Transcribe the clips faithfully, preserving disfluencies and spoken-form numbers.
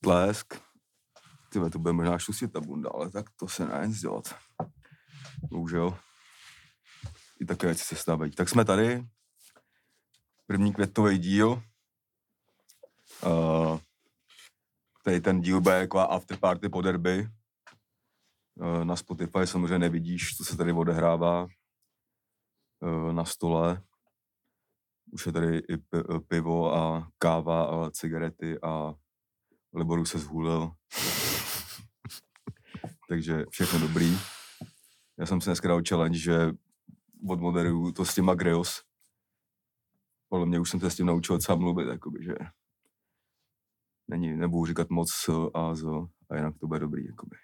tlesk. Tyhle, to bude možná šustit ta bunda, ale tak to se nedá nic dělat. Bohužel. I takové věci se stávají. Tak jsme tady. První květový díl. Uh, tady ten díl bude jako afterparty po derby. Uh, na Spotify samozřejmě nevidíš, co se tady odehrává uh, na stole. Už je tady i p- pivo a káva a cigarety a Liboru se zhůlil. Takže všechno dobrý. Já jsem si dneska dal challenge, že odmoderuju to s těma Grios. Podle mě už jsem se s tím naučil sám mluvit, jakoby, že není, nebudu říkat moc s a z a jinak to bude dobrý, jakoby.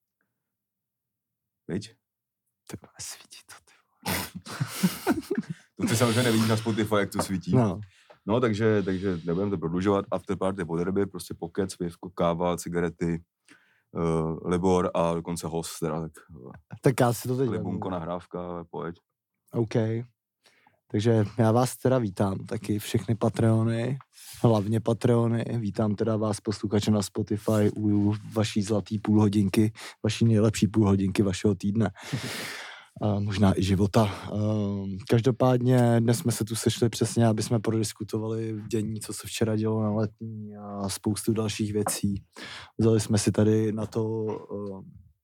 Viď? To svítí to, ty To ty samozřejmě nevidíš na Spotify, jak to svítí. No. No, takže, takže nebudeme to prodlužovat. Afterparty po derby, prostě pokec, pivko, káva, cigarety, uh, Libor a dokonce host, teda tak... Uh, tak já si to teď... Libunko, nahrávka, pojď. OK. Takže já vás teda vítám, taky všechny Patreony, hlavně Patreony. Vítám teda vás, posluchače na Spotify, u vaší zlatý půlhodinky, vaší nejlepší půlhodinky vašeho týdne. A možná i života. Každopádně dnes jsme se tu sešli přesně, aby jsme prodiskutovali dění, co se včera dělo na Letní a spoustu dalších věcí. Vzali jsme si tady na to uh,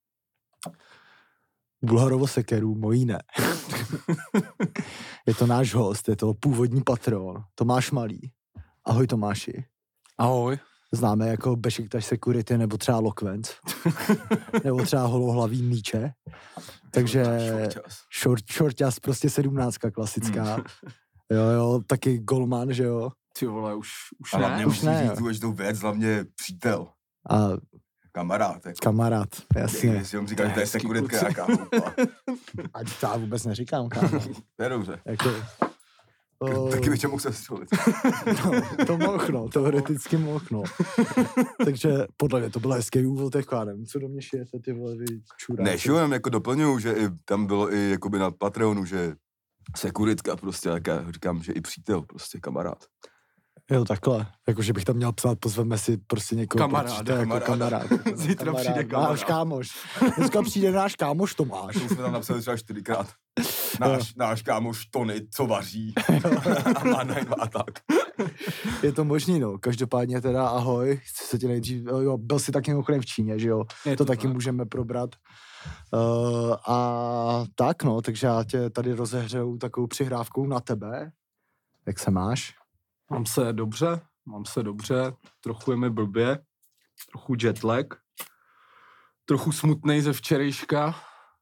Bulharovo sekeru, mojí ne. Je to náš host, je to původní patron, Tomáš Malý. Ahoj Tomáši. Ahoj. Známe jako Beşiktaş Security nebo třeba Lokvenc. Nebo třeba Holohlavý míče. Takže short, shorťas, prostě sedmnáctka klasická. Jo, jo, taky golman, že jo. Ty vole, už, už a ne. hlavně musí říct důležitou věc, hlavně přítel. A kamarád. Jako. Kamarád, jasně. Jestli vám říkám, že to je sekuritka nějaká hlupa. Ať to já vůbec neříkám, kámo. To je dobře. Jako, o... Taky bych tě mohl se střelit. No, to mohl, no, teoreticky mohl, no. Takže podle mě to byl hezký úvod, jako já nevím, co do mě šijete, ty vole, vy čuráci. Ne, šujem, jako doplňuju, že i tam bylo i jakoby na Patreonu, že sekuritka prostě, jak já říkám, že i přítel, prostě kamarád. Jo, takhle. Jakože bych tam měl psát, pozveme si prostě někoho. Kamaráda, jako kamarád. Zítra kamarád, přijde kamarád. Náš kámoš. Dneska přijde náš kámoš Tomáš. To jsme tam napsali třeba čtyřikrát. Náš, náš kámoš Tony, co vaří. A má najma a tak. Je to možný, no. Každopádně teda ahoj. Chci se ti nejdřív... Jo, byl jsi taky mimochodem v Číně, že jo? Je to, to taky tak. můžeme probrat. Uh, a tak, no. Takže já tě tady rozehřeju takovou přihrávkou na tebe. Jak se máš? Mám se dobře, mám se dobře, trochu je mi blbě, trochu jetlag, trochu smutnej ze včerejška,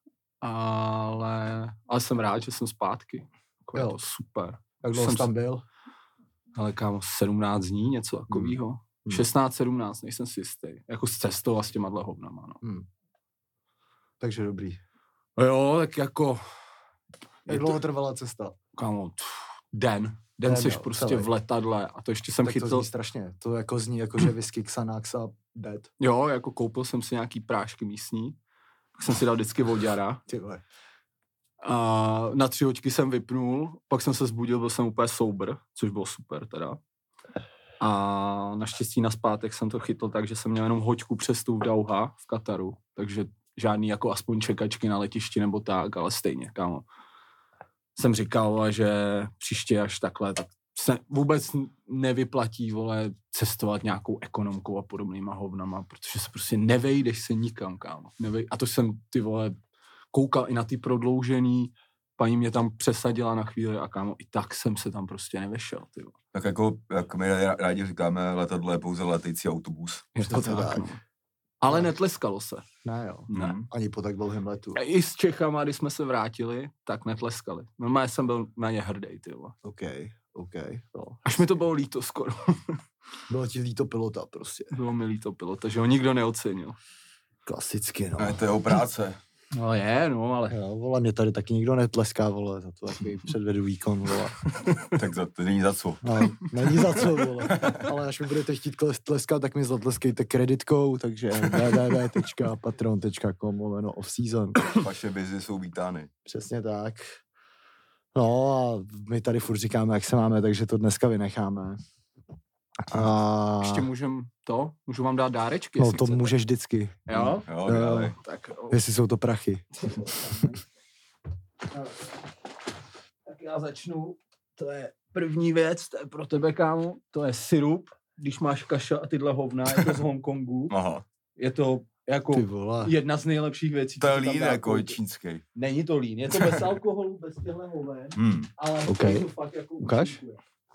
ale, ale jsem rád, že jsem zpátky. Jako je to super. Jak dlouho jsi tam byl? Ale kámo, sedmnáct dní, něco takovýho. Hmm. šestnáct sedmnáct, nejsem si jistý. Jako s cestou a s těma hovnama, no. Hmm. Takže dobrý. Jo, tak jako... Jak dlouho to... trvala cesta? Kámo, tf, den. Den seš jo, prostě celý. v letadle a to ještě jsem tak chytl... to zní strašně. To jako zní jako, že whisky, Xanax a dead. Jo, jako koupil jsem si nějaký prášky místní. Tak jsem si dal vždycky voďara. Ty vole. A na tři hoďky jsem vypnul, pak jsem se zbudil, byl jsem úplně sober, což bylo super teda. A naštěstí na zpátek jsem to chytl tak, že jsem měl jenom hoďku přes tu Dauha v Kataru, takže žádný jako aspoň čekačky na letišti nebo tak, ale stejně, kámo. Jsem říkal, že příště až takhle, tak se vůbec nevyplatí, vole, cestovat nějakou ekonomkou a podobnýma hovnama, protože se prostě nevejdeš se nikam, kámo. Nevej... A to jsem, ty vole, koukal i na ty prodloužený, paní mě tam přesadila na chvíli a kámo, i tak jsem se tam prostě nevešel, ty vole. Tak jako, jak my rádi říkáme, letadlo je pouze letející autobus. Je to, to tak, no. Ale netleskalo se. Ne jo, ne. Ani po tak dlouhém letu. A i s Čechama, když jsme se vrátili, tak netleskali. Normálně jsem byl na ně hrdý, ty vole. OK, OK. No. Až mi to bylo líto skoro. Bylo ti líto pilota prostě. Bylo mi líto pilota, že ho nikdo neocenil. Klasicky, no. A je to jeho práce. No je, no, ale... Jo, vole, mě tady taky nikdo netleská, vole, za to takový předvedu výkon, vole. Tak za to není za co. No, není za co, vole. Ale až mi budete chtít tleskat, tak mi zatleskejte kreditkou, takže w w w tečka patreon tečka com lomeno off-season. Vaše vizi jsou vítány. Přesně tak. No a my tady furt říkáme, jak se máme, takže to dneska vynecháme. A... Ještě můžem to? Můžu vám dát dárečky, No jestli to chcete. můžeš vždycky. Jo? Jo, Jo. dávej. Tak, jo. Jestli jsou to prachy. tak já začnu. To je první věc, to je pro tebe, kámo. To je syrup, když máš kaša a tyhle hovna, je to z Hongkongu. Aha. Je to jako Ty vole. jedna z nejlepších věcí. To je co se tam lín dá jako koupit. čínský. Není to lín, je to bez alkoholu, bez těchto hoven, Hmm. ale Okay. to fakt jako Ukáž? účinkuje.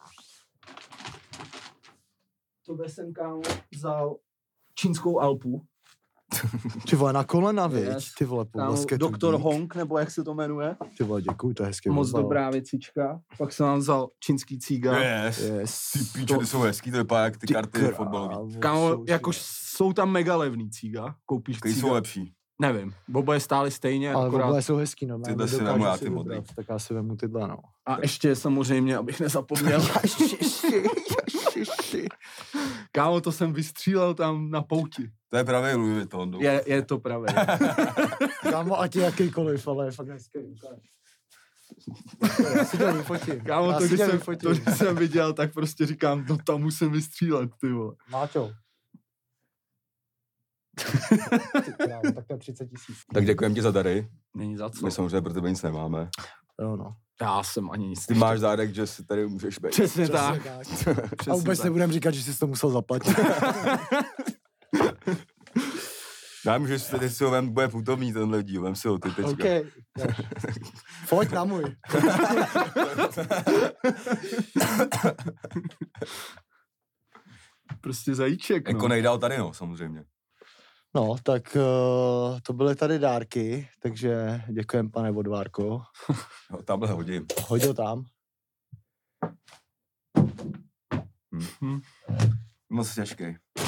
To jsem, kámo, vzal čínskou Alpu. Ty vole, na kolena, viď? Yes. Ty vole, po Kámo, basketu. doktor dík. Hong, nebo jak se to jmenuje. Ty vole, děkuju, to je hezky. Moc vozal. dobrá věcička. Pak jsem vám vzal čínský cíga. Yes. Yes. Ty píče, ty jsou hezký, to vypadá jak ty karty krávo, fotbalový. Kámo, jsou jako si- jsou tam mega levný cíga. Koupíš Který jsou cíga. lepší. Nevím, oboje stály stejně, Ale akorát. oboje jsou hezký, no. Tyhle si vemu já ty vybrat, modrý. tak já si vemu tyhle, no. A ještě samozřejmě, abych nezapomněl. Kámo, to jsem vystřílel tam na pouti. To je právě Louis Vuitton. doufám. Je, je to pravé. Kámo, ať je jakýkoliv, ale je fakt hezký. ukáž. Já si to vyfotím. Kámo, Já to si když, tě jsem, vyfotím. to, když jsem viděl, tak prostě říkám, no tam musím vystřílet, ty vole. Máťo. Ty krávo, tak to je třicet tisíc. Tak děkujem ti za dary. Není za co. My samozřejmě pro tebe nic nemáme. Jo, no. Já jsem ani nic Ty máš zárek, že si tady můžeš být. Přesně tak. Přesně tak. A Přesně vůbec tak. nebudem říkat, že jsi to musel zaplatit. Já můžu si teď si ho vem, bude putovní tenhle díl, vem si ho ty teďka. OK. Pojď na můj. Prostě zajíček, no. Jako nejdál tady, no, samozřejmě. No, tak uh, to byly tady dárky, takže děkujem, pane Vodvárko. Jo, tamhle hodím. Hoď ho tam. Hm. Moc těžký.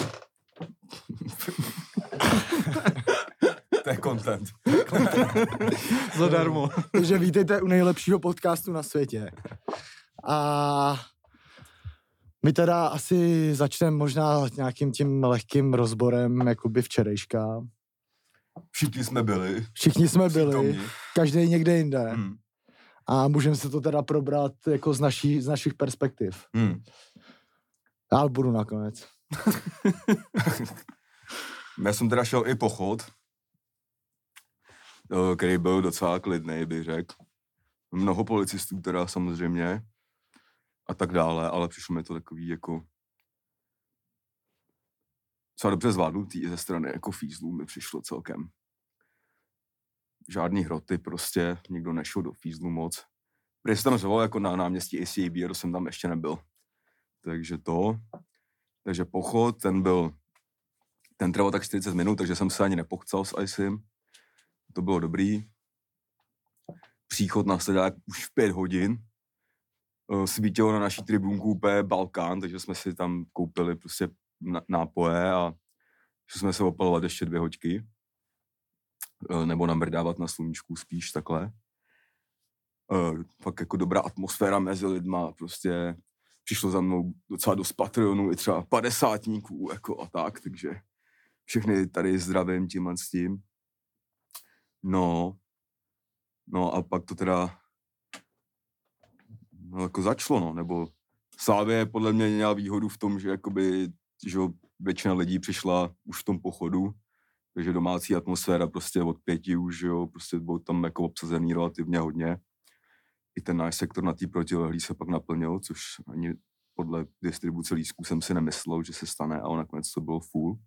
To je content. Zadarmo. Takže vítejte u nejlepšího podcastu na světě. A my teda asi začneme možná nějakým tím lehkým rozborem jakoby včerejška. Všichni jsme byli. Všichni jsme byli, Přítomní. každý někde jinde. Hm. A můžeme se to teda probrat jako z, naší, z našich perspektiv. Hm. Já budu nakonec. Já jsem teda šel i pochod, eh, který byl docela klidnej, bych řekl. Mnoho policistů teda samozřejmě a tak dále, ale přišlo mi to takový jako docela dobře zvládnutý ze strany jako fízlů mi přišlo celkem. Žádný hroty prostě, nikdo nešel do fízlu moc. Když jsem tam zvolal jako na náměstí A C A B, to jsem tam ještě nebyl. Takže to, takže pochod, ten byl Ten trval tak čtyřicet minut, takže jsem se ani nepochcal s Icem. To bylo dobrý. Příchod následoval už v pět hodin. Svítilo na naší tribunku úplně Balkán, takže jsme si tam koupili prostě nápoje a šli jsme se opalovat ještě dvě hoďky. Nebo namrdávat na sluníčku spíš takhle. Fakt jako dobrá atmosféra mezi lidma, prostě přišlo za mnou docela dost Patreonů, i třeba padesátníků jako a tak, takže všechny tady zdravím tímhle s tím. No, no a pak to teda no, jako začalo, no, nebo Slavie podle mě měla výhodu v tom, že jakoby, že většina lidí přišla už v tom pochodu, takže domácí atmosféra prostě od pěti už, jo, prostě byl tam jako obsazený relativně hodně. I ten náš sektor na té protilehlý se pak naplnil, což ani podle distribuce lístků jsem si nemyslel, že se stane, ale nakonec to bylo full.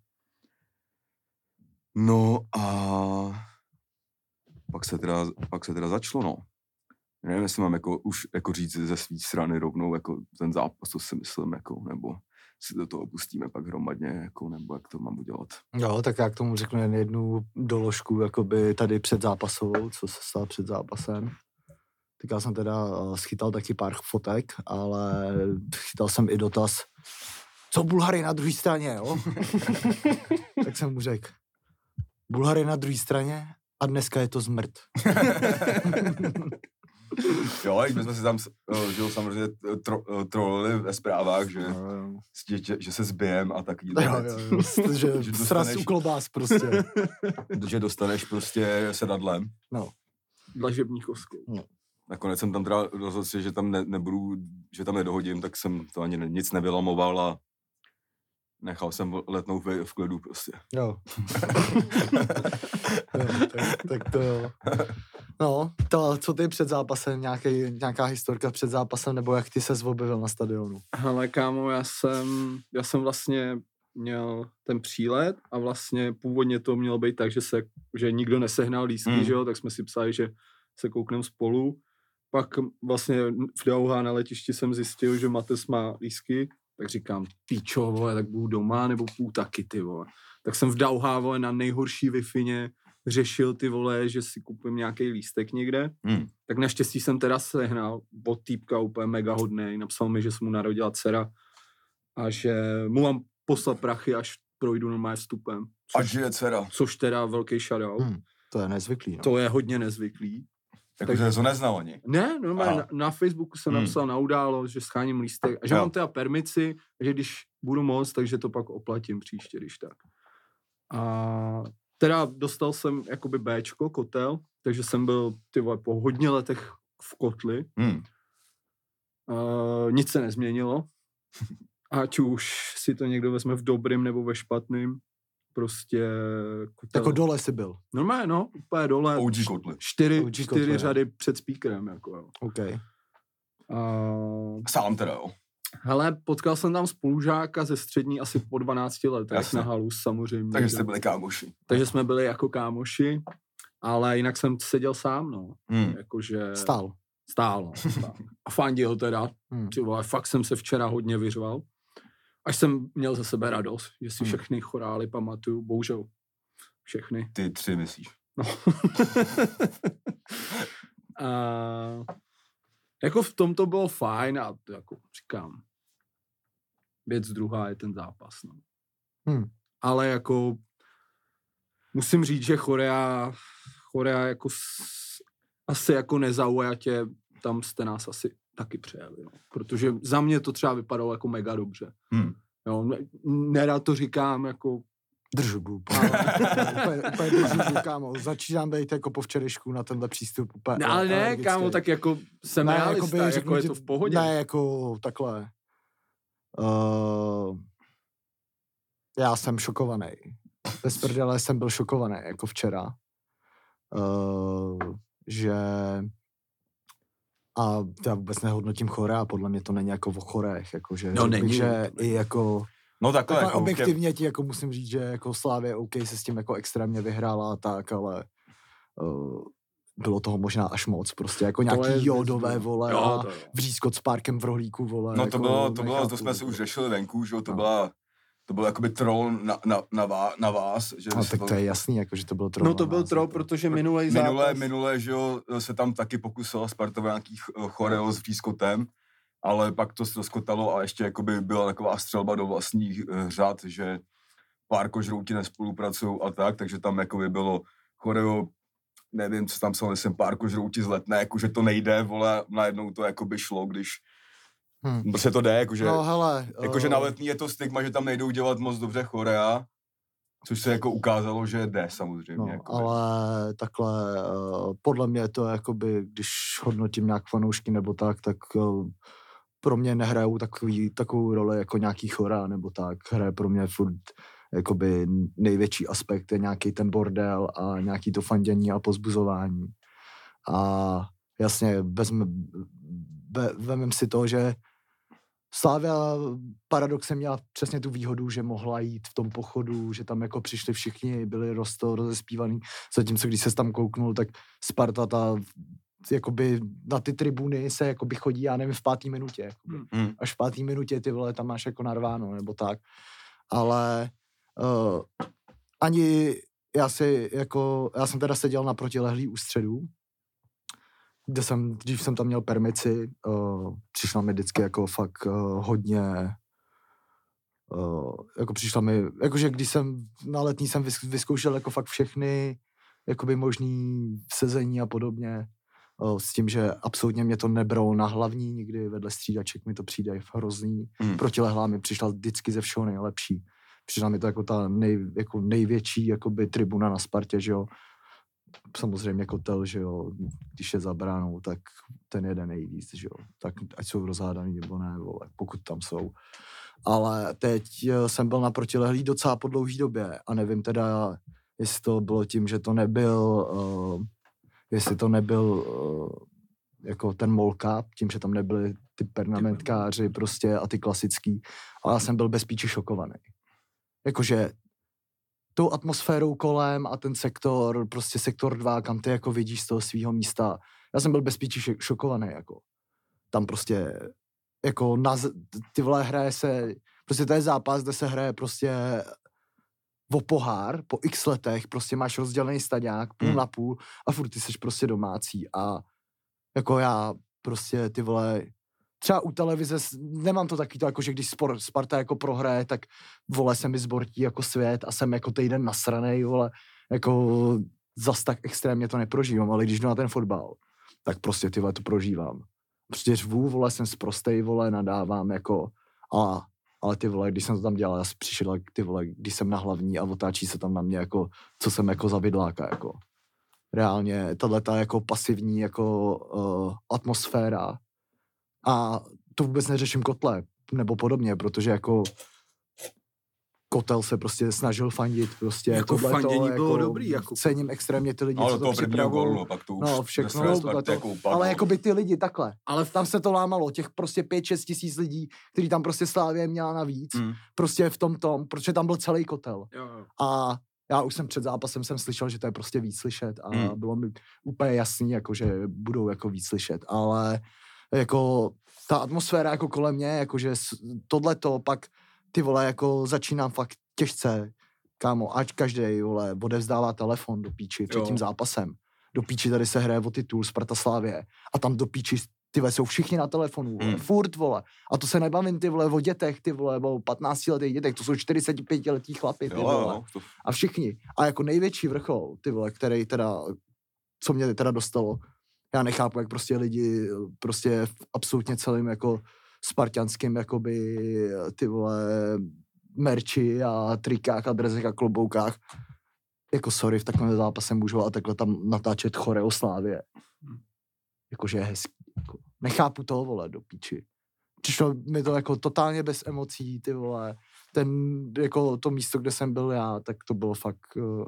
No a pak se teda, pak se teda začalo, no. Nevím, jestli mám jako, už jako říct ze své strany rovnou jako ten zápas, co si myslím, jako, nebo si do toho pustíme pak hromadně, jako, nebo jak to mám udělat. Jo, tak já k tomu řeknu jen jednu doložku, jakoby tady před zápasovou, co se stalo před zápasem. Tak já jsem teda schytal taky pár fotek, ale chytal jsem i dotaz, co Bulhary na druhé straně, jo? Tak jsem mu řekl, Bulhary na druhé straně a dneska je to zmrt. Jo, my jsme si tam, že samozřejmě tro, trolili ve zprávách, že, že, že se zbijem a taky. Jo, jo, jo, že, že sraz u klobás prostě. Že dostaneš prostě sedadlem. No. Dlažební kostkou. No. Nakonec jsem tam teda rozhodl si, že tam ne, nebudu, že tam nedohodím, tak jsem to ani nic nevylamoval a nechal jsem letnout v, v klidu prostě. Jo. jo tak, tak to jo. No, to, co ty před zápasem, nějaký, nějaká historka před zápasem, nebo jak ty ses objevil na stadionu? Hele, kámo, já jsem, já jsem vlastně měl ten přílet a vlastně původně to mělo být tak, že se, že nikdo nesehnal lístky, Hmm. že jo, tak jsme si psali, že se koukneme spolu. Pak vlastně v Dauhá na letišti jsem zjistil, že Mates má lístky, tak říkám, píčo, vole, tak budu doma, nebo půl taky, ty vole. Tak jsem v Dauhá, vole, na nejhorší Wi-Fi řešil, ty vole, že si koupím nějaký lístek někde. Hmm. Tak naštěstí jsem teda sehnal od týpka úplně mega hodnej. Napsal mi, že se mu narodila dcera a že mu mám poslat prachy, až projdu normálně vstupem. Až Což, je dcera. což teda velký shoutout. Hmm, to je nezvyklý, no. To je hodně nezvyklý. Takže to neznal ani. Ne, normálně na, Aha. na Facebooku jsem Hmm. napsal na událost, že scháním lístek a že Jo. mám teda permici, a že když budu moc, takže to pak oplatím příště, když tak. A teda dostal jsem jakoby Bčko, kotel, takže jsem byl ty vole, po hodně letech v kotli. Hmm. Uh, nic se nezměnilo. Ať už si to někdo vezme v dobrým nebo ve špatným. Prostě kotel. Jako dole jsi byl. Normálně, no, úplně dole. O G kotly. Čtyři, O G čtyři kotle, řady před speakerem, jako jo. OK. Uh, Sám teda, jo. hele, potkal jsem tam spolužáka ze střední asi po dvanácti letech Jasně. na halus samozřejmě. Takže jste byli kámoši. Takže jsme byli jako kámoši, ale jinak jsem seděl sám, no. Hmm. Jakože... Stál. Stál, no. Stál. A fandil teda. Hmm. Ty vole, fakt jsem se včera hodně vyřval. Až jsem měl ze sebe radost, že si Hmm. všechny chorály pamatuju. Bohužel všechny. Ty tři myslíš. No. A jako v tom to bylo fajn a to jako říkám, věc druhá je ten zápas. No. Hmm. Ale jako musím říct, že Chorea, Chorea jako s, asi jako nezaujatě, tam jste nás asi taky přejeli. No. Protože za mě to třeba vypadalo jako mega dobře. Hmm. Jo, ne- nerad to říkám jako Držubu. úplně, úplně držubu, kámo. Začínám být jako po včerejšku na tenhle přístup. Úplně ne, ale ne, alergický. kámo, tak jako jsem Ne, realista, jakoby, jako, řeknu je ti- to v pohodě. Ne, jako takhle. Uh, já jsem šokovaný. Bez prdele jsem byl šokovaný, jako včera. Uh, že a já vůbec nehodnotím Chorea, podle mě to není jako o Chorech, jako že, No, řekl bych, není. že i jako No takhle, takhle jako objektivně ti jako musím říct, že jako Slávě OK se s tím jako extrémně vyhrála a tak, ale uh, bylo toho možná až moc, prostě jako To je nějaký věc, jodové, no. vole, Jo, a to jo. vřízkot s párkem v rohlíku, vole. No jako, to bylo, to bylo, nechápu, to jsme si jako. už řešili venku, že jo, to No. byla, to byl jakoby troll na, na, na, vá, na vás, že No se tak to je jasný, jako, že to byl troll. No to na byl nás, troll, jako. protože minulej zápas... minulé, minulé, že jo, se tam taky pokusila Sparta nějaký choreo s vřízkotem, ale pak to ztroskotalo a ještě jakoby byla taková střelba do vlastních eh, řad, že pár kožrouti nespolupracují a tak, takže tam jakoby bylo choreo, nevím, co tam psal, jsem pár kožrouti z Letné, jakože to nejde, vole, najednou to jakoby šlo, když Hm. prostě to jde, jakože, No hele. jakože uh, na Letný je to stigma, že tam nejdou dělat moc dobře chorea, což se jako ukázalo, že jde samozřejmě. No, jakoby. ale takhle, uh, podle mě to jakoby, když hodnotím nějak fanoušky nebo tak, tak uh, pro mě nehrajou takový, takovou roli jako nějaký Chora nebo tak. Hraje pro mě furt jakoby největší aspekt je nějaký ten bordel a nějaký to fandění a pozbuzování. A jasně, vezme, ve, vemem si to, že Slavia paradoxem měla přesně tu výhodu, že mohla jít v tom pochodu, že tam jako přišli všichni, byli rosto, rozespívaný, zatímco když se tam kouknul, tak Sparta ta jakoby na ty tribuny se jakoby chodí, já nevím, v pátý minutě. Jakoby. Hmm. Až v pátý minutě ty vole tam máš jako narváno, nebo tak. Ale uh, ani já si jako, já jsem teda seděl na protilehlý ústředu, kde jsem, dřív jsem tam měl permici, uh, přišla mi vždycky jako fakt uh, hodně, uh, jako přišla mi, jakože když jsem na Letní jsem vys, vyzkoušel jako fakt všechny jakoby možný sezení a podobně, uh, s tím, že absolutně mě to nebralo na hlavní, nikdy vedle střídaček mi to přijde hrozný, Hmm. protilehlá mi přišla vždycky ze všeho nejlepší. Přišla mi to jako ta nej, jako největší jakoby tribuna na Spartě, že jo. Samozřejmě kotel, že jo, když je za bránou, tak ten jede nejvíc, že jo. Tak ať jsou rozhádaný nebo ne, vole, pokud tam jsou. ale teď jsem byl na protilehlý docela po dlouhý době a nevím teda, jestli to bylo tím, že to nebyl, uh, jestli to nebyl uh, jako ten mall cup, tím, že tam nebyly ty pernamentkáři prostě a ty klasický, ale já jsem byl bez píči šokovaný. Jakože tou atmosférou kolem a ten sektor, prostě sektor dva, kam ty jako vidíš z toho svýho místa, já jsem byl bez píči šokovaný, jako. Tam prostě, jako na, ty vole hraje se, prostě to je zápas, kde se hraje prostě o pohár, po x letech, prostě máš rozdělený staďák, půl hmm. na půl a furt ty seš prostě domácí a jako já prostě ty vole, třeba u televize nemám to taky to, jako že když sport, Sparta jako prohraje, tak vole se mi zbortí jako svět a jsem jako týden nasranej, vole, jako zas tak extrémně to neprožívám, ale když jdu na ten fotbal, tak prostě ty vole to prožívám. Prostě řvu, vole, jsem sprostej, vole, nadávám, jako a ale ty vole, když jsem to tam dělal, já jsem přišel, ty vole, když jsem na hlavní a otáčí se tam na mě, jako, co jsem jako za vidláka, jako. Reálně, tato jako pasivní, jako uh, atmosféra. A to vůbec neřeším kotle, nebo podobně, protože jako Kotel se prostě snažil fandit, prostě jako fandění to, bylo jako, dobrý, jako cením extrémně ty lidi, ale co to, to připravují. No, všechno, jako ale jako by ty lidi takhle, ale tam se to lámalo, těch prostě pět šest tisíc lidí, který tam prostě Slávě měla navíc, mm. prostě v tom tom, protože tam byl celý Kotel. Jo, jo. A já už jsem před zápasem jsem slyšel, že to je prostě víc slyšet a mm. bylo mi úplně jasný, jako, že budou jako víc slyšet, ale jako ta atmosféra jako kolem mě, jakože tohleto pak ty vole, jako začínám fakt těžce, kámo, ať každej, vole, odevzdává telefon do píči před tím zápasem. Do píči tady se hraje o titul Sparta Slávie a tam do píči ty vole, jsou všichni na telefonu, vole, mm. furt, vole. A to se nebavím, ty vole, o dětech, ty vole, o patnáctiletých dětech, to jsou čtyřicetipětiletí chlapi, ty vole. Jo, to... A všichni. A jako největší vrchol, ty vole, který teda, co mě teda dostalo, já nechápu, jak prostě lidi, prostě absolutně celým jako spartanským, jakoby, ty vole, merči a trikách a drezech a kloboukách. Jako sorry, v takovém zápase můžu a takhle tam natáčet choreo Slávě. Jakože je hezký. Jako, nechápu toho, vole, do píči. Přišlo mi to jako totálně bez emocí, ty vole. Ten, jako to místo, kde jsem byl já, tak to bylo fakt... Uh,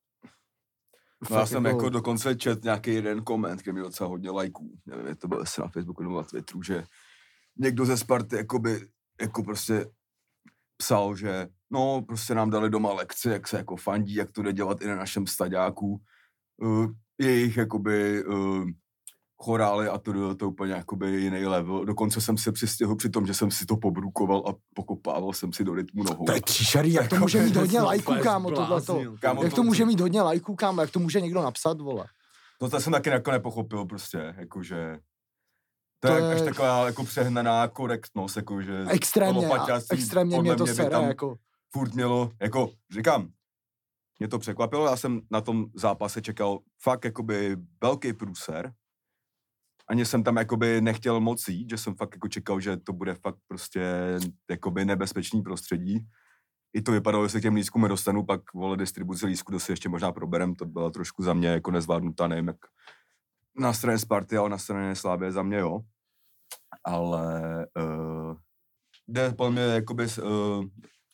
No já jsem jako... jako dokonce čet nějaký jeden koment, který měl docela hodně lajků. Nevím, je to bylo na Facebooku nebo na Twitteru, že někdo ze Sparty jakoby, jako prostě psal, že no, prostě nám dali doma lekci, jak se jako fandí, jak to jde dělat i na našem staďáku. Uh, jejich jakoby uh, chorály a to, to úplně jakoby jiný level. Dokonce jsem se přistihl při tom, že jsem si to pobrukoval a pokopával jsem si do rytmu nohou. To je příšerý, jak to může mít hodně lajků, kámo, tohleto. Jak to může mít hodně lajků, kámo, jak to může někdo napsat, vole. No to jsem taky jako nepochopil prostě, jakože... To, to je až taková jako přehnaná korektnost, jakože... Extrémně, extrémně mě to sere, jako... Furt mělo, jako, říkám, mě to překvapilo, já jsem na tom zápase čekal fakt jakoby velký průser. Ani jsem tam jakoby nechtěl moc jít, že jsem fakt jako čekal, že to bude fakt prostě jakoby nebezpečný prostředí. I to vypadalo, že se k těm lístkům nedostanu, pak vole distribuci lístku, to si ještě možná proberem, to byla trošku za mě jako nezvládnutá, nevím, jak na straně Sparty, ale na straně Slávie za mě, jo. Ale uh, jde po mě jakoby uh,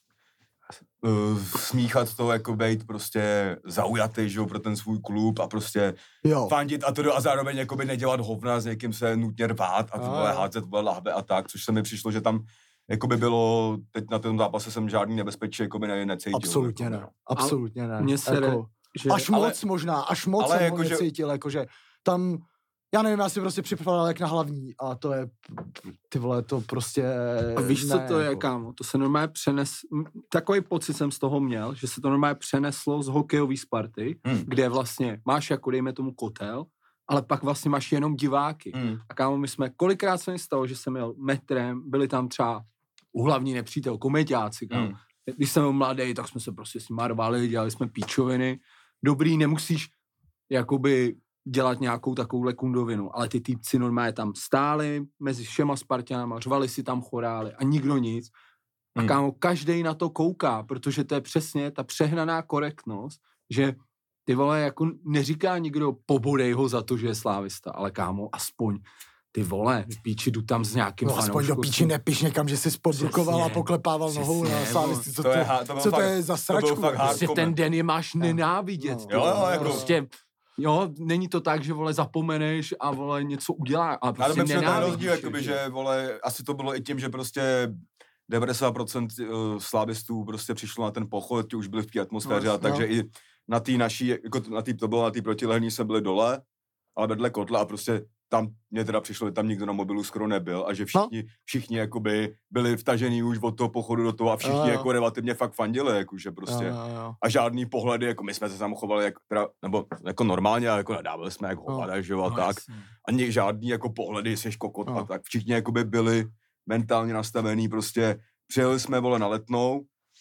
uh, smíchat to, jako být prostě zaujatý, že jo, pro ten svůj klub a prostě jo. fandit a to a zároveň jakoby nedělat hovna, s někým se nutně rvát a ty vole házet vole lahve a tak, což se mi přišlo, že tam jakoby bylo, teď na tom zápase jsem žádný nebezpečí jakoby ne, necítil. Absolutně jako, ne, absolutně ne. Mně se jako, že, až ale, moc možná, až moc ale jsem jako, ho necítil, že... jakože tam, já nevím, já si prostě připadal jak na hlavní a to je, ty vole, to prostě... A víš, ne, co to jako. je, kámo? To se normálně přenes... Takový pocit jsem z toho měl, že se to normálně přeneslo z hokejové Sparty, hmm. kde vlastně máš jako, dejme tomu, Kotel, ale pak vlastně máš jenom diváky. Hmm. A kámo, my jsme, kolikrát se mi stalo, že jsem jel metrem, byli tam třeba u hlavní nepřítel, komediáci, kámo. Hmm. Když jsem byl mladý, tak jsme se prostě s nimi rvali, dělali jsme píčoviny. Dobrý, nemusíš jakoby dělat nějakou takovouhle kundovinu, ale ty týpci normálně tam stáli mezi všema Spartanama, řvali si tam chorály a nikdo nic. A kámo, každej na to kouká, protože to je přesně ta přehnaná korektnost, že ty vole, jako neříká nikdo pobodej ho za to, že je slávista, ale kámo, aspoň ty vole, píči, jdu tam s nějakým No aspoň fanouškou. do píči nepiš někam, že jsi spodrukoval a Přesně, poklepával nohou na přesně, slávisti. Co to to, je je, ha- to byl co to fakt- je za to byl sračku? fakt hard- Prostě ten den je máš nenávidět. No. ty Jo, vole. jo, jako- Prostě, jo, není to tak, že vole zapomeneš a vole něco udělá a Ale prostě to mi přijde ten nenávidíš. rozdíl, jakoby, že vole, asi to bylo i tím, že prostě devadesát procent slávistů prostě přišlo na ten pochod, ti už byli v té atmosféře, No, a takže no. i na té naší, jako na tý, to bylo na té protilehní jsme byli dole, ale vedle kotle a prostě tam mě teda přišlo, že tam nikdo na mobilu skoro nebyl a že všichni, všichni jakoby byli vtažený už od toho pochodu do toho a všichni Jo, jo. jako relativně fakt fandili, jakože prostě. Jo, jo, jo. A žádný pohledy, jako my jsme se tam chovali jako, teda, nebo jako normálně, ale jako nadávali jsme jako No. hovada, že jo, a No, tak. jasně. Ani žádný jako pohledy, jsi kokot No. a tak. Všichni jakoby byli mentálně nastavený, prostě přijeli jsme, vole, na Letnou,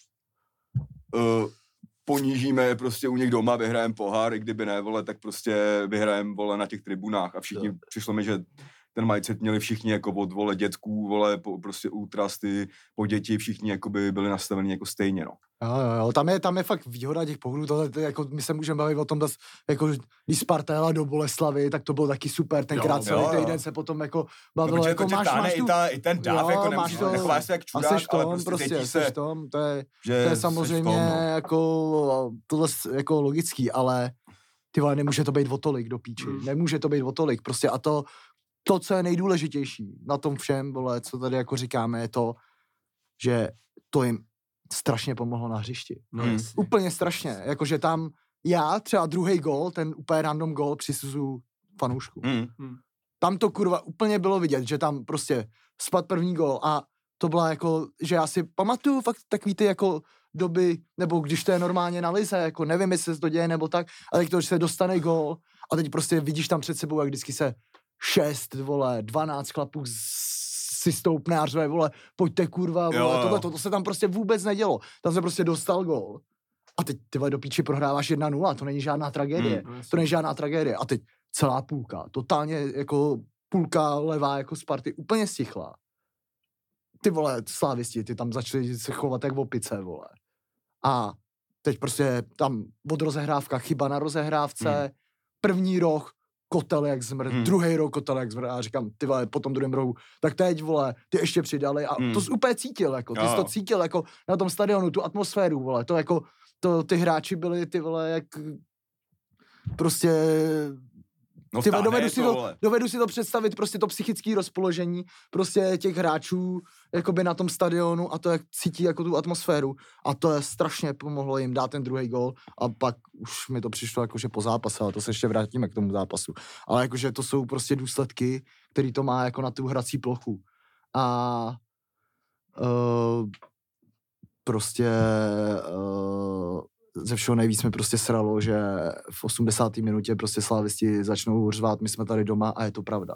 uh, ponížíme je prostě u nich doma, vyhrajeme pohár, i kdyby ne, vole, tak prostě vyhrajeme, vole, na těch tribunách a všichni, Jo. přišlo mi, že ten mindset měli všichni jako od, vole, dětků, vole, po, prostě ultrasty, po děti, všichni jakoby byli nastavení jako stejně, no. Jo, jo, jo, tam je, tam je fakt výhoda těch pohodů, tohle, to, jako my se můžeme bavit o tom, dass, jako když Sparta jela do Boleslavy, tak to bylo taky super, tenkrát Jo, celý jo, jo. týden se potom jako No, bavilo, protože jako to tě máš, táhne máš i, tu, ta, i ten dáv, jo, jako máš nemůžeš, to- jako se jak a čurák, seš v ale tom, prostě, prostě, cítí seš se, v tom, to je, že to je seš v samozřejmě tom, no. jako, tohle s- jako logický, ale ty vole, nemůže to být o tolik do píči, Mm. nemůže to být o tolik, prostě a to, to, co je nejdůležitější na tom všem, vole, co tady jako říkáme, je to, že to jim strašně pomohlo na hřišti. No, Hmm. jasně. Úplně strašně, jakože tam já třeba druhý gól, ten úplně random gól přisuzuju fanoušku. Mm. Tam to kurva úplně bylo vidět, že tam prostě spad první gól a to byla jako, že já si pamatuju fakt takový ty jako doby, nebo když to je normálně na lize, jako nevím, jestli se to děje nebo tak, ale teď to, že se dostane gól a teď prostě vidíš tam před sebou, jak vždycky se šest, vole, dvanáct chlapů z- si stoupne a řve, vole, pojďte kurva, vole, Jo, jo. tohle, to, to se tam prostě vůbec nedělo. Tam se prostě dostal gól. A teď ty vole, do píči prohráváš jedna nula, to není žádná tragédie. No, To není žádná tragédie. A teď celá půlka, totálně jako půlka levá jako Sparty úplně stichla. Ty vole, slávisti, ty tam začali se chovat jak opice, vole. A teď prostě tam od rozehrávka, chyba na rozehrávce, Hmm. první roh, kotel jak zmrt, Hmm. druhý roh, kotel jak zmrt. A já říkám, ty vole, po tom druhém rohu, tak teď, vole, ty ještě přidali. A Hmm. to jsi úplně cítil, jako, ty Jo, jsi to jo. cítil, jako na tom stadionu, tu atmosféru, vole, to jako, to ty hráči byli, ty vole, jak prostě No ty vole, vtáhne dovedu, si to, vole. dovedu si to představit, prostě to psychické rozpoložení prostě těch hráčů jakoby na tom stadionu a to, jak cítí jako tu atmosféru a to je strašně pomohlo jim dát ten druhý gól a pak už mi to přišlo jakože po zápase, ale to se ještě vrátíme k tomu zápasu. Ale jakože to jsou prostě důsledky, který to má jako na tu hrací plochu. A uh, prostě uh, ze všeho nejvíc mi prostě sralo, že v osmdesáté minutě prostě slávisti začnou řvát, my jsme tady doma a je to pravda.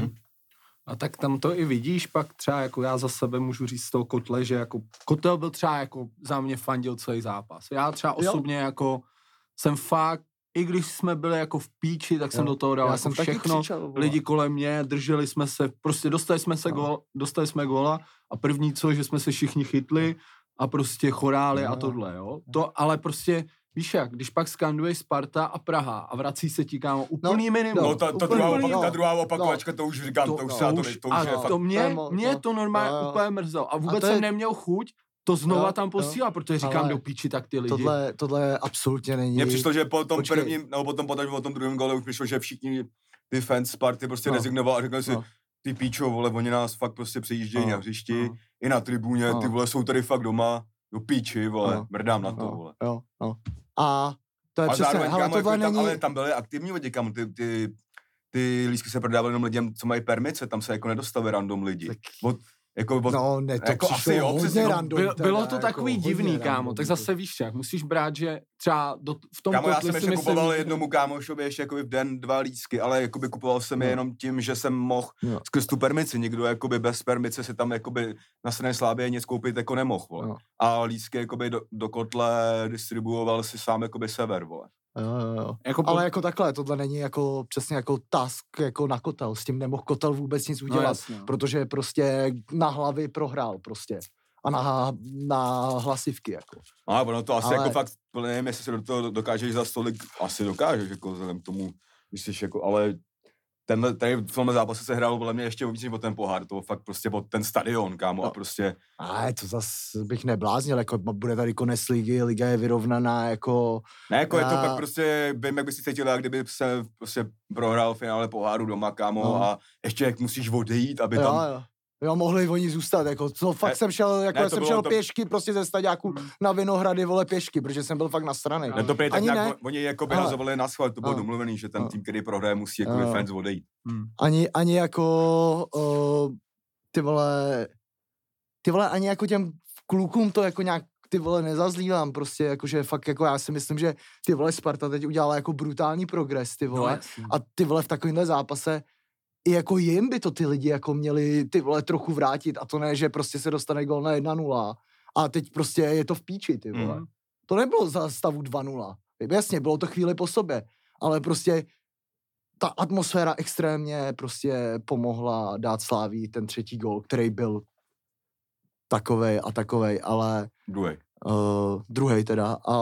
A tak tam to i vidíš, pak třeba jako já za sebe můžu říct z toho Kotle, že jako Kotel byl třeba jako za mě fandil celý zápas. Já třeba Jo. osobně jako jsem fakt, i když jsme byli jako v píči, tak jsem Jo. do toho dal Já jako jsem taky všechno. křičel, vole. Lidi kolem mě, drželi jsme se, prostě dostali jsme se No. gól, dostali jsme góla a první co, že jsme se všichni chytli a prostě chorály No. a tohle, jo. To, ale prostě, víš jak, když pak skanduje Sparta a Praha a vrací se ti, kámo, úplný minimum. No ta, ta, Úplně druhá, úplně, opak, no. ta druhá opakovačka, to už říkám, to, To- už to se na to, už- to už a je to fakt... To mě, je mo- mě to- to normálně jo, jo. úplně mrzelo. A vůbec to je- jsem neměl chuť to znova Jo, tam jo. posílat, protože říkám, Ale do píči, tak ty lidi. Tohle, tohle absolutně není. Mně přišlo, že po tom Počkej. prvním, nebo potom po tom, po tom druhém gole už přišlo, že všichni ty fans Sparty prostě No. rezignovali a řekli si, No. ty píčo, vole, oni nás fakt prostě přijíždějí No. na hřišti, No. i na tribuně, No. ty vole jsou tady fakt doma, do píči, vole, No. mrdám na to, no, vole. jo, no. A to je A přesně, zároveň, hele, kámo, tohle jako tam, není... ale tam byly aktivní lidi, kam ty, ty, ty lístky se prodávaly jenom lidem, co mají permice, tam se jako nedostali random lidi. Tak- Od, jako od, No, ne, to jako přišlo asi jo, hodně přesně, no, random. Bylo, teda, bylo to jako takový hodně divný, random, kámo, tak zase víš jak, musíš brát, že třeba do, v tom Kámo, já Kotli jsem si ještě myslím, kupoval jednomu kámošovi ještě jakoby v den dva lístky, ale jakoby kupoval jsem je No. jenom tím, že jsem mohl No. skrz tu permici. Nikdo jakoby bez permice si tam jakoby na straně Slávě nic koupit jako nemohl, vole. No. A lístky jakoby do, do kotle distribuoval si sám jakoby sever, vole. Jo, jo, jo. jako po- Ale jako takhle, tohle není jako přesně jako task jako na kotel. S tím nemohl kotel vůbec nic no, udělat, jasně, no. protože prostě na hlavy prohrál prostě. A na, na hlasivky jako. A ono to asi Ale- jako fakt, nevím, jestli se do toho dokážeš za stolik, asi dokážeš, jako vzhledem k tomu, když jsi jako, ale tenhle, tady v tomhle zápase se hrálo podle mě ještě víc než o ten pohár, to fakt prostě o ten stadion, kámo, no. a prostě... A to zas bych nebláznil, jako bude tady konec ligy, liga je vyrovnaná, jako... Ne, jako a... je to a... pak prostě, vím, jak by si cítil, jak kdyby se prostě prohrál finále poháru doma, kámo, no. a ještě jak musíš odejít, aby jo, tam... Jo. Jo, mohli oni zůstat, jako, co fakt ne, jsem šel, jako ne, jsem šel to... pěšky prostě ze Staďáku hmm. na Vinohrady, vole, pěšky, protože jsem byl fakt na straně. Ne, to prý tak nějak, oni jako by nazovali na schvál, to bylo domluvený, že ten a. tým, který prohraje, musí jako by fans odejít. Hmm. Ani, ani jako, uh, ty vole, ty vole, ani jako těm klukům to jako nějak, ty vole, nezazlívám prostě, jakože fakt jako já si myslím, že ty vole Sparta teď udělala jako brutální progres, ty vole, no, a ty vole v takovýmhle zápase i jako jim by to ty lidi jako měli ty vole trochu vrátit a to ne, že prostě se dostane gól na jedna nula a teď prostě je to v píči, ty vole. Mm. To nebylo za stavu dva nula. Jasně, bylo to chvíli po sobě, ale prostě ta atmosféra extrémně prostě pomohla dát Slávii ten třetí gól, který byl takovej a takovej, ale... Druhej. Uh, druhej teda a...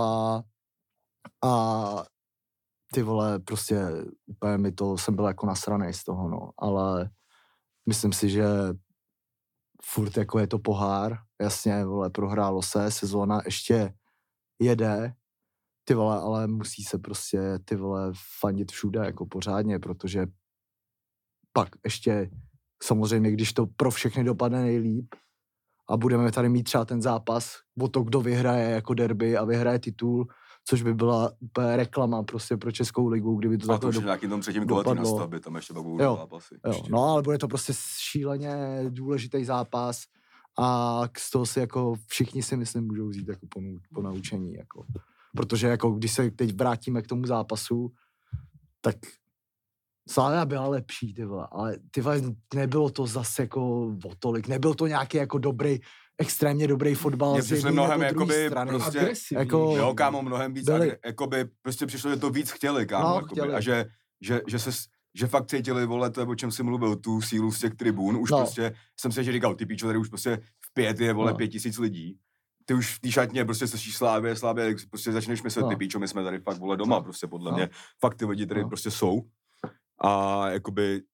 a ty vole, prostě úplně mi to, jsem byl jako nasranej z toho, no, ale myslím si, že furt jako je to pohár, jasně, vole, prohrálo se, sezóna ještě jede, ty vole, ale musí se prostě, ty vole, fandit všude, jako pořádně, protože pak ještě, samozřejmě, když to pro všechny dopadne nejlíp a budeme tady mít třeba ten zápas o to, kdo vyhraje jako derby a vyhraje titul, což by byla úplně reklama prostě pro Českou ligu, kdyby to takhle dopadlo. A to už do, nějakým tom třetím kole ty nastavby, tam ještě pak budou zápasy. Jo, no ale bude to prostě šíleně důležitý zápas a z toho si jako všichni si myslím můžou vzít jako po, po naučení, jako. Protože jako když se teď vrátíme k tomu zápasu, tak Slavia byla lepší, ty vole, ale ty vole, nebylo to zase jako o tolik, nebyl to nějaký jako dobrý, extrémně dobrý fotbal. Mně přišli mnohem jakoby prostě, jako, jo kámo, mnohem víc, byli, jakoby prostě přišlo, že to víc chtěli, kámo, no, jakoby, chtěli. a že, že, že se, že fakt cítili, vole, to je, o čem jsi mluvil, tu sílu z těch tribun, už no. prostě, jsem si říkal, ty píčo, tady už prostě v pět je, vole, no. pět tisíc lidí, ty už v té šatně prostě slyšíš Slávě, Slávě, prostě začneš myslet, no. ty píčo, my jsme tady fakt, vole, doma, no. prostě podle no. mě, fakt ty lidi tady no. prostě jsou. A jakoby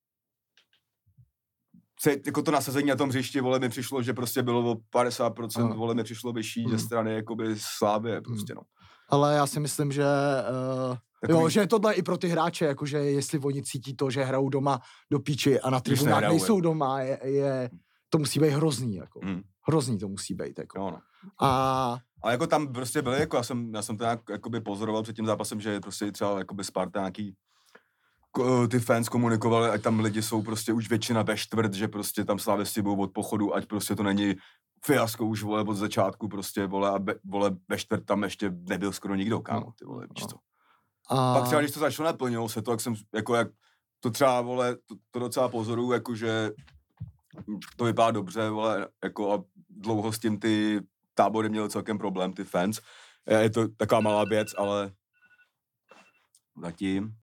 se, jako to nasazení na tom hřišti, vole, mi přišlo, že prostě bylo o padesát procent, no. vole, mi přišlo vyšší mm. ze strany jakoby Slávie, prostě, no. Ale já si myslím, že uh, Takový... jo, že tohle i pro ty hráče, jakože jestli oni cítí to, že hrajou doma do píči a na tribunách nejsou je. doma, je, je, to musí být hrozný, jako. Mm. Hrozný to musí být, jako. No, no. A... A jako tam prostě byly, jako já jsem, já jsem to nějak, jakoby pozoroval před tím zápasem, že prostě třeba, jakoby Sparta nějaký ty fans komunikovali, ať tam lidi jsou prostě už většina ve čtvrt, že prostě tam slávisti budou od pochodu, ať prostě to není fiasko už, vole, od začátku prostě, vole, a be, vole, ve čtvrt tam ještě nebyl skoro nikdo, kámo, ty vole, víš co. A... Pak třeba, když to začalo, naplnilo se to, jak jsem, jako jak to třeba, vole, to, to docela pozoruju, jakože to vypadá dobře, vole, jako a dlouho s tím ty tábory měly celkem problém, ty fans. Je to taková malá věc, ale zatím